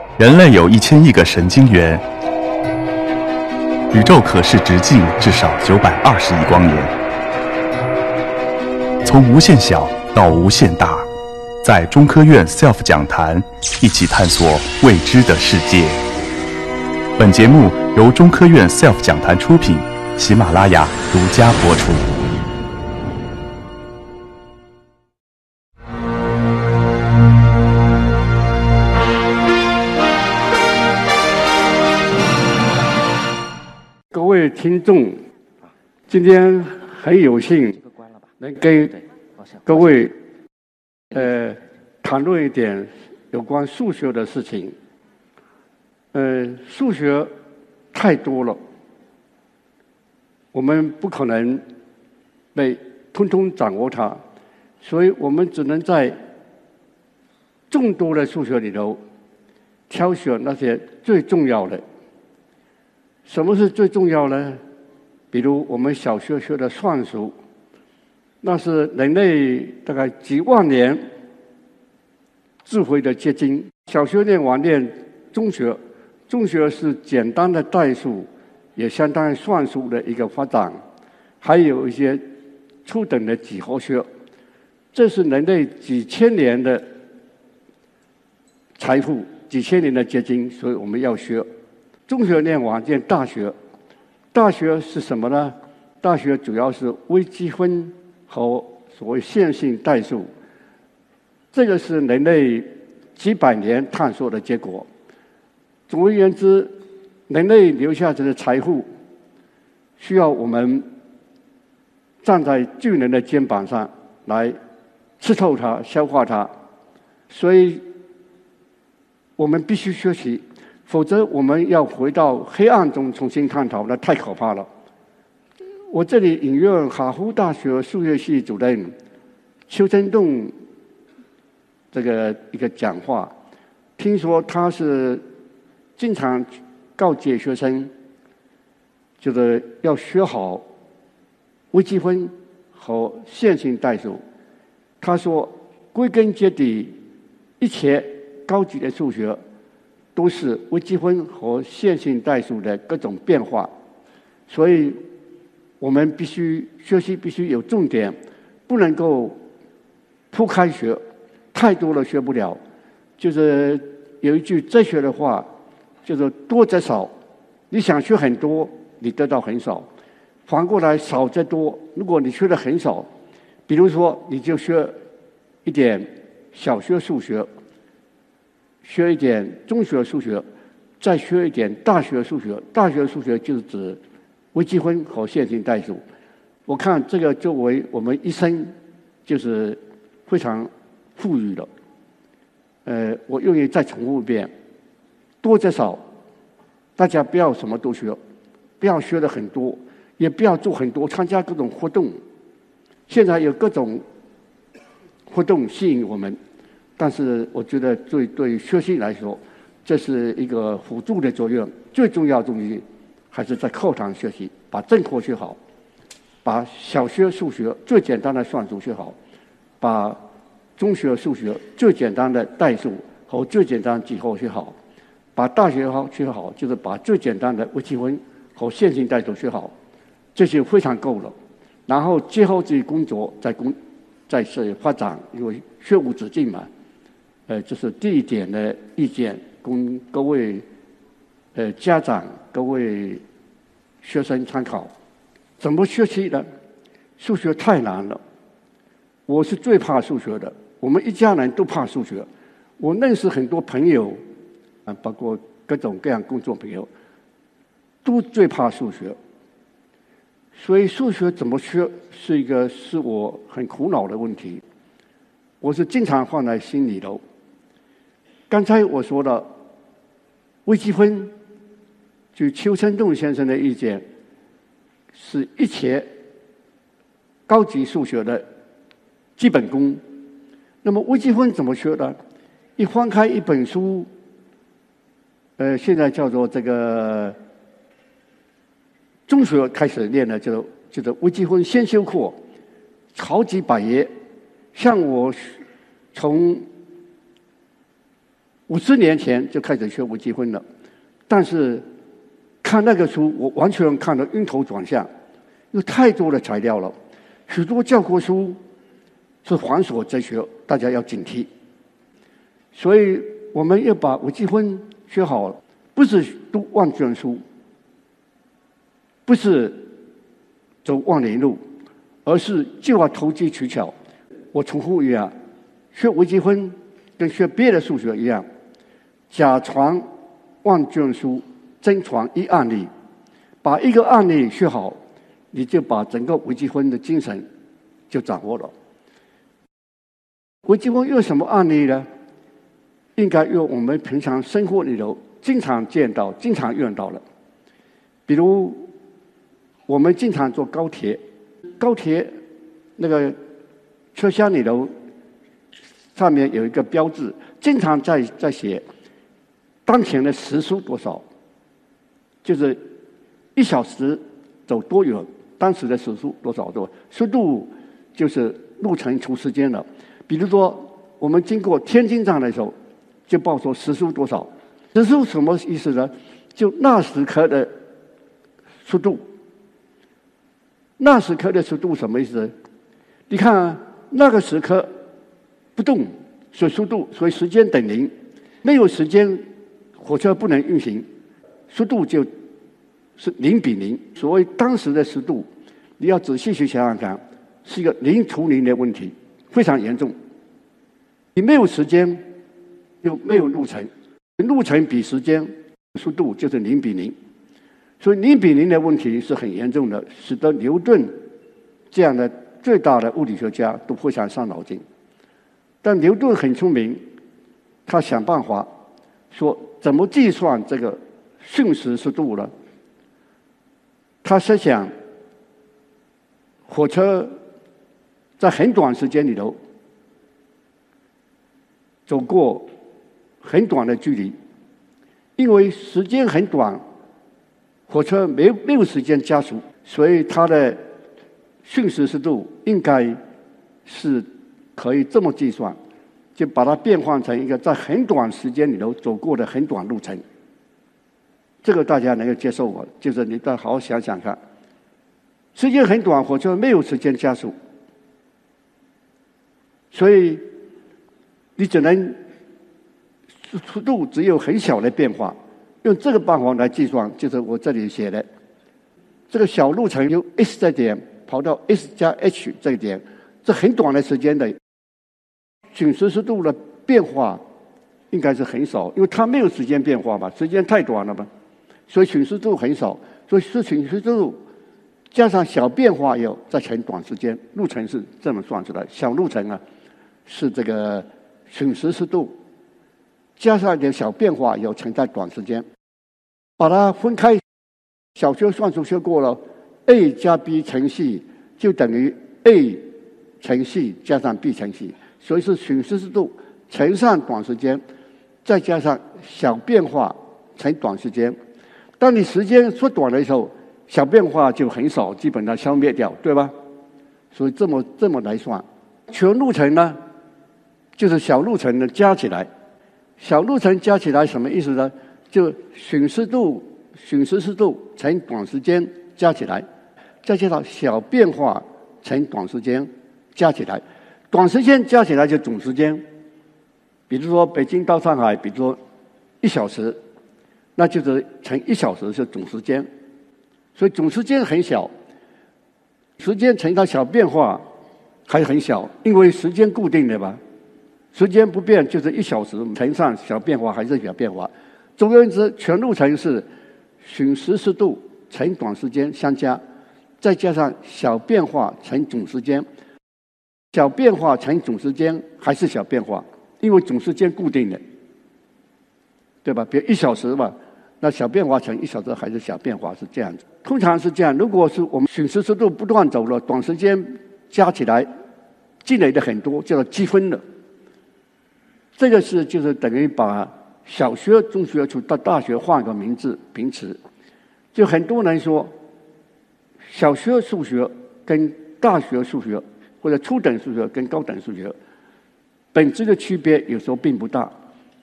人类有1000亿个神经元，宇宙可视直径至少920亿光年。从无限小到无限大，在中科院 SELF 讲坛一起探索未知的世界。本节目由中科院 SELF 讲坛出品，喜马拉雅独家播出。 各位听众，今天很有幸能跟各位谈论一点有关数学的事情。数学太多了，我们不可能通通掌握它，所以我们只能在众多的数学里头挑选那些最重要的。什么是最重要呢？比如我们小学学的算术，那是人类大概几万年智慧的结晶。小学念完念中学，中学是简单的代数，也相当于算术的一个发展，还有一些初等的几何学。这是人类几千年的财富，几千年的结晶，所以我们要学。中学念完念大学，大学是什么呢？大学主要是微积分和所谓线性代数，这个是人类几百年探索的结果。总而言之，人类留下这个财富，需要我们站在巨人的肩膀上来吃透它、消化它，所以我们必须学习。否则我们要回到黑暗中重新探讨，那太可怕了。我这里引用哈佛大学数学系主任邱振栋这个一个讲话，听说他是经常告诫学生，就是要学好微积分和线性代数。他说，归根结底，一切高级的数学都是微积分和线性代数的各种变化，所以我们必须学习必须有重点，不能够铺开学，太多了学不了。就是有一句哲学的话，就是多则少，你想学很多，你得到很少；反过来少则多，如果你学的很少，比如说你就学一点小学数学，学一点中学数学，再学一点大学数学。大学数学就是指微积分和线性代数。我看这个作为我们一生就是非常富裕的。我愿意再重复一遍：多则少，大家不要什么都学，不要学的很多，也不要做很多，参加各种活动。现在有各种活动吸引我们。但是我觉得对学习来说，这是一个辅助的作用。最重要的东西还是在课堂学习，把正课学好，把小学数学最简单的算术学好，把中学数学最简单的代数和最简单的几何学好，把大学学好，就是把最简单的微积分和线性代数学好，这就非常够了。然后结合自己工作，再发展，因为学无止境嘛。这是第一点的意见，供各位家长、各位学生参考。怎么学习呢？数学太难了，我是最怕数学的。我们一家人都怕数学。我认识很多朋友，包括各种各样工作朋友，都最怕数学。所以数学怎么学是我很苦恼的问题。我是经常放在心里头。刚才我说的微积分，据邱振栋先生的意见，是一切高级数学的基本功。那么微积分怎么学呢？一翻开一本书，现在叫做这个中学开始练的，就是微积分先修课，好几百页。像我从 50年前就开始学微积分了，但是看那个书，我完全看得晕头转向，有太多的材料了，许多教科书是繁琐哲学，大家要警惕。所以我们要把微积分学好，不是读万卷书，不是走万年路，而是就要投机取巧。我重复一下，学微积分跟学别的数学一样，假传万卷书，真传一案例。把一个案例学好，你就把整个微积分的精神就掌握了。微积分用什么案例呢？应该用我们平常生活里头经常见到、经常用到的。比如我们经常坐高铁，高铁那个车厢里头上面有一个标志，经常在写当前的时速多少，就是1小时走多远，当时的时速多少多，速度就是路程除时间了。比如说我们经过天津站的时候，就报说时速多少。时速什么意思呢？就那时刻的速度。那时刻的速度什么意思？你看啊，那个时刻不动，所以速度，所以时间等0，没有时间火车不能运行，速度就是0:0。所谓当时的速度，你要仔细去想想看，是一个0除0的问题，非常严重。你没有时间，就没有路程，路程比时间速度就是0:0。所以0:0的问题是很严重的，使得牛顿这样的最大的物理学家都非常伤脑筋。但牛顿很聪明，他想办法说怎么计算这个瞬时速度呢？他设想火车在很短时间里头走过很短的距离，因为时间很短，火车没有时间加速，所以它的瞬时速度应该是可以这么计算，就把它变换成一个在很短时间里头走过的很短路程。这个大家能够接受吗？就是你再好好想想看，时间很短，火车没有时间加速，所以你只能速度只有很小的变化。用这个办法来计算，就是我这里写的这个小路程由 S 这点跑到 S 加 H 这一点，这很短的时间的瞬时速度的变化应该是很少，因为它没有时间变化嘛，时间太短了嘛，所以瞬时速度很少。所以是瞬时速度加上小变化以后再乘短时间，路程是这么算出来。小路程啊是这个瞬时速度加上一点小变化以后乘在短时间，把它分开。小学算术学过了 ，a 加 b 乘 c 就等于 a 乘 c 加上 b 乘 c， 所以是瞬时速度乘上短时间，再加上小变化乘短时间。当你时间缩短的时候，小变化就很少，基本上消灭掉，对吧？所以这么来算，全路程呢，就是小路程呢加起来。小路程加起来什么意思呢？就瞬时速度乘短时间加起来，再加上小变化乘短时间加起来，短时间加起来就总时间。比如说北京到上海，比如说1小时，那就是乘1小时是总时间，所以总时间很小，时间乘到小变化还很小，因为时间固定的吧。时间不变，就是1小时乘上小变化还是小变化。总而言之，全路程是瞬时速度乘短时间相加，再加上小变化乘总时间。小变化乘总时间还是小变化，因为总时间固定的，对吧？比如1小时嘛，那小变化乘1小时还是小变化，是这样子。通常是这样，如果是我们瞬时速度不断走了，短时间加起来积累的很多，叫做积分了。这个就是等于把小学、中学到大学换个名词。就很多人说，小学数学跟大学数学，或者初等数学跟高等数学，本质的区别有时候并不大，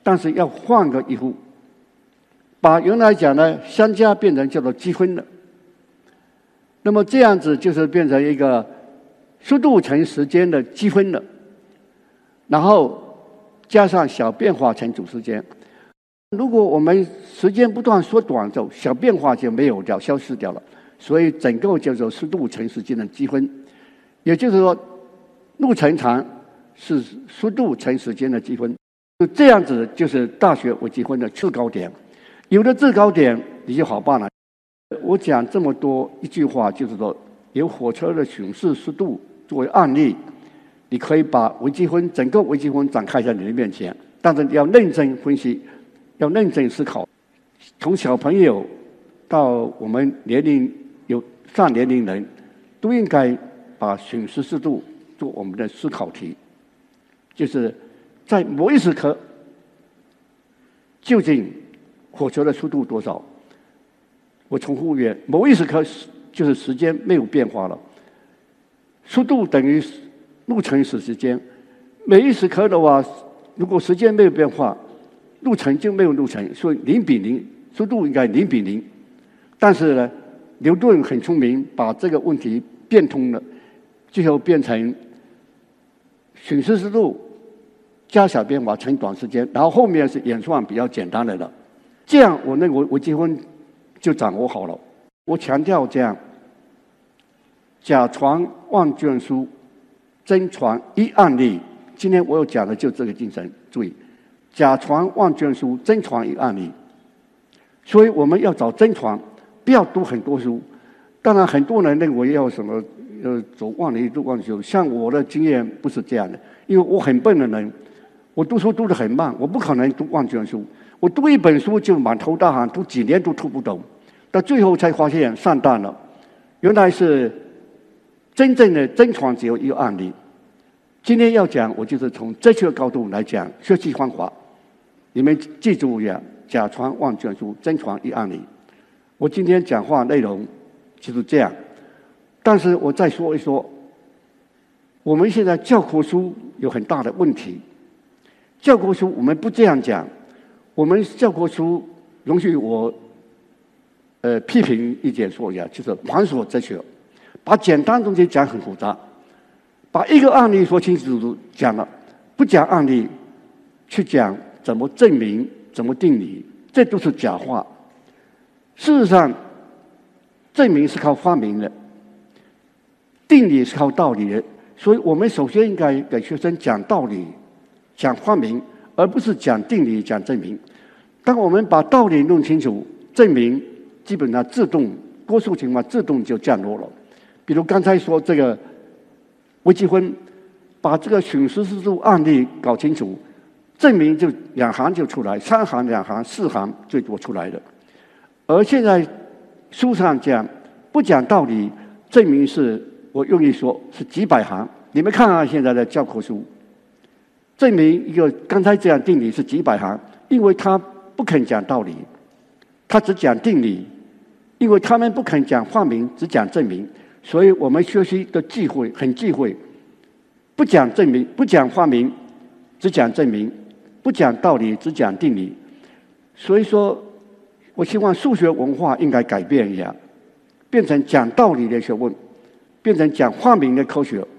但是要换个一户，把原来讲的相加变成叫做积分了。那么这样子就是变成一个速度乘时间的积分了，然后加上小变化乘主时间。如果我们时间不断缩短之后，小变化就没有掉，消失掉了。所以整个叫做速度乘时间的积分，也就是说，路程长是速度乘时间的积分。就这样子，就是大学微积分的制高点。有了制高点，你就好办了。我讲这么多一句话，就是说，有火车的巡视速度作为案例，你可以把微积分整个微积分展开在你的面前，但是你要认真分析，要认真思考。从小朋友到我们年龄有上年龄人，都应该把巡视速度做我们的思考题，就是在某一时刻，究竟火车的速度多少？我重复一遍，某一时刻就是时间没有变化了，速度等于路程是时间。每一时刻的话，如果时间没有变化，路程就没有路程，所以0:0，速度应该0:0。但是呢，牛顿很聪明，把这个问题变通了，最后变成巡视速度加小变化乘短时间，然后后面是演算比较简单的了。这样我认为微积分就掌握好了。我强调这样：甲传万卷书，真传一案例。今天我有讲的就这个精神，注意，甲传万卷书，真传一案例。所以我们要找真传，不要读很多书。当然，很多人认为要什么走万里读万卷书，像我的经验不是这样的，因为我很笨的人，我读书读得很慢，我不可能读万卷书。我读一本书就满头大汗，读几年都读不懂，到最后才发现上当了。原来是真正的真传只有一个案例。今天要讲，我就是从哲学角度来讲学习方法。你们记住呀，甲传万卷书，真传一案例。我今天讲话内容就是这样，但是我再说一说，我们现在教科书有很大的问题。教科书我们不这样讲，我们教科书容许我批评一点说一下，就是繁琐哲学，把简单东西讲很复杂，把一个案例说清楚楚讲了，不讲案例去讲怎么证明、怎么定理，这都是假话。事实上，证明是靠发明的，定理是靠道理的，所以我们首先应该给学生讲道理、讲发明，而不是讲定理、讲证明。当我们把道理弄清楚，证明基本上自动，多数情况自动就降落了。比如刚才说这个微积分，把这个巡视速度案例搞清楚，证明就2行就出来，3行、2行、4行最多出来的。而现在书上讲不讲道理，证明是我用意说是几百行。你们看看现在的教科书，证明一个刚才这样定理是几百行，因为他不肯讲道理，他只讲定理，因为他们不肯讲发明，只讲证明。所以我们学习的忌讳很忌讳，不讲证明，不讲发明，只讲证明，不讲道理，只讲定理。所以说，我希望数学文化应该改变一下，变成讲道理的学问，变成讲发明的科学，